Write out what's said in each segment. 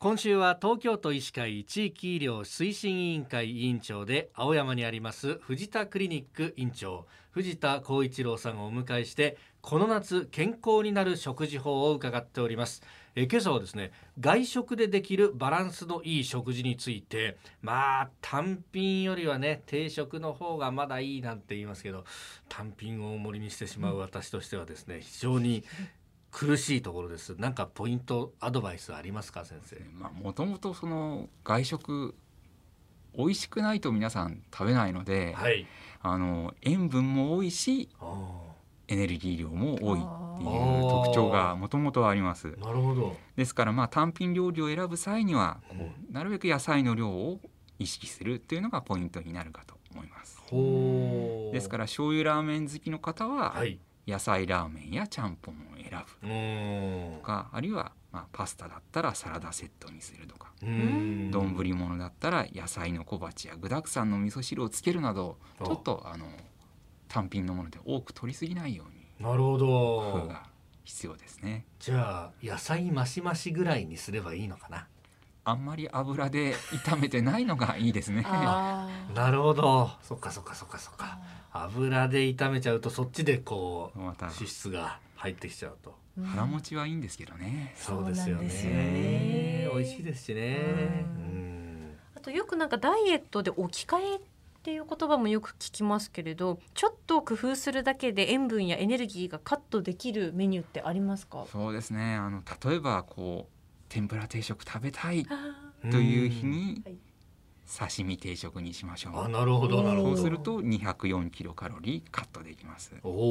今週は東京都医師会地域医療推進委員会委員長で青山にあります藤田クリニック院長藤田浩一郎さんをお迎えしてこの夏健康になる食事法を伺っております。今朝はですね、外食でできるバランスのいい食事について、単品よりはね定食の方がまだいいなんて言いますけど、単品を大盛りにしてしまう私としてはですね、非常に苦しいところです。なんかポイントアドバイスありますか、先生。 もともとその外食美味しくないと皆さん食べないので、 はい、 塩分も多いしエネルギー量も多いっていう特徴がもともとあります。 なるほど。 ですから単品料理を選ぶ際にはなるべく野菜の量を意識するっていうのがポイントになるかと思います。ですから醤油ラーメン好きの方は、はい、野菜ラーメンやちゃんぽんを選ぶとか、あるいはパスタだったらサラダセットにするとか、丼物だったら野菜の小鉢や具沢山の味噌汁をつけるなど、ちょっと単品のもので多く取りすぎないようになるほど工夫が必要ですね。 じゃあ野菜増し増しぐらいにすればいいのかな。 あんまり油で炒めてないのがいいですね。 なるほど。そっか油で炒めちゃうとそっちでこう脂質が入ってきちゃうと、 腹持ちはいいんですけどね。 そうですよね。美味しいですしね。 あとよくなんかダイエットで置き換えっていう言葉もよく聞きますけれど、ちょっと工夫するだけで塩分やエネルギーがカットできるメニューってありますか？ そうですね。例えば天ぷら定食食べたいという日に刺身定食にしましょう。 なるほどなるほど。 そうすると204キロカロリーカットできます。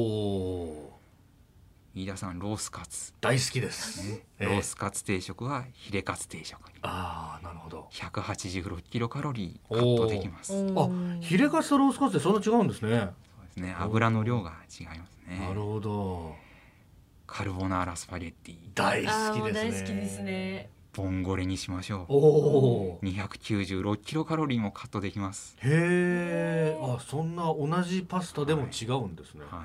飯田さんロースカツ大好きです、 ロースカツ定食はヒレカツ定食になるほど 186キロカロリーカットできます。 ヒレカツとロースカツってそんな違うんですね。 そうですね、油の量が違いますね。 なるほど。 カルボナーラスパゲッティ大好きですね。 大好きですね。 ボンゴレにしましょう。296キロカロリーもカットできます。 へえ。そんな同じパスタでも違うんですね。 はい、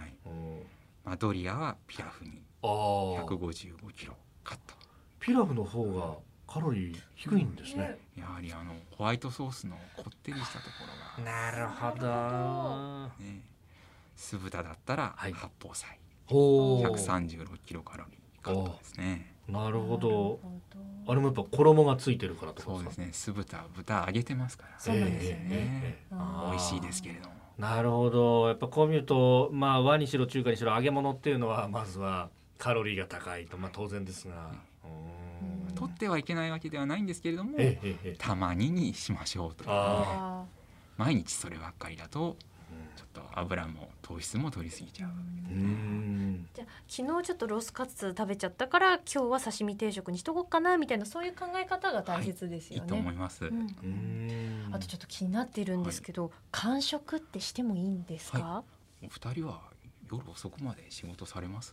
ドリアはピラフに155キロカット。 ピラフの方がカロリー低いんですね。 やはりホワイトソースのこってりしたところが。 なるほど、 酢豚だったら八宝菜、136キロカロリーカットですね。 なるほど。あれもやっぱ衣がついてるからとか。 そうですね、酢豚揚げてますから。 そうなんですよね。 美味しいですけれども。 なるほど。やっぱこう見ると和にしろ中華にしろ揚げ物っていうのはまずはカロリーが高いと当然ですが、 取ってはいけないわけではないんですけれども、たまににしましょうとか、毎日そればっかりだとちょっと油も糖質も取りすぎちゃう。 じゃあ昨日ちょっとロースカツ食べちゃったから今日は刺身定食にしとこうかなみたいな、そういう考え方が大切ですよね。 いいと思います。 あとちょっと気になっているんですけど、間食ってしてもいいんですか？ お二人は夜遅くまで仕事されます？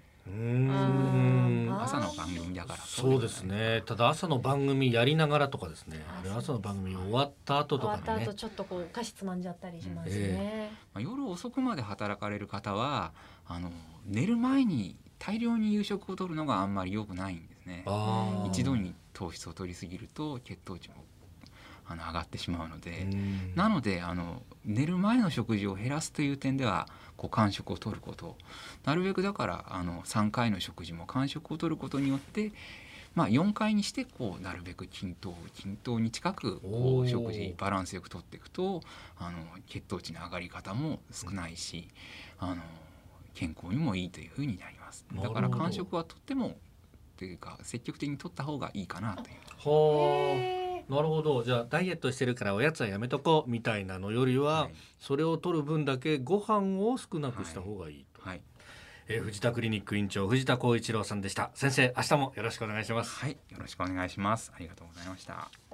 朝の番組だから。 そうですね。ただ朝の番組やりながらとかですね、朝の番組終わった後とかね、 終わった後ちょっとお菓子つまんじゃったりしますね。 夜遅くまで働かれる方は寝る前に大量に夕食を取るのがあんまり良くないんですね。一度に糖質を取りすぎると血糖値も上がってしまうので、なので寝る前の食事を減らすという点では間食を取ること、なるべくだから3回の食事も間食を取ることによって4回にしてなるべく均等に近く食事バランスよく取っていくと血糖値の上がり方も少ないし健康にもいいというふうになります。だから間食はとってもというか積極的に取った方がいいかなという。 なるほど。じゃあダイエットしてるからおやつはやめとこうみたいなのよりは、それを取る分だけご飯を少なくした方がいいと。藤田クリニック院長藤田浩一郎さんでした。先生、明日もよろしくお願いします。 よろしくお願いします。ありがとうございました。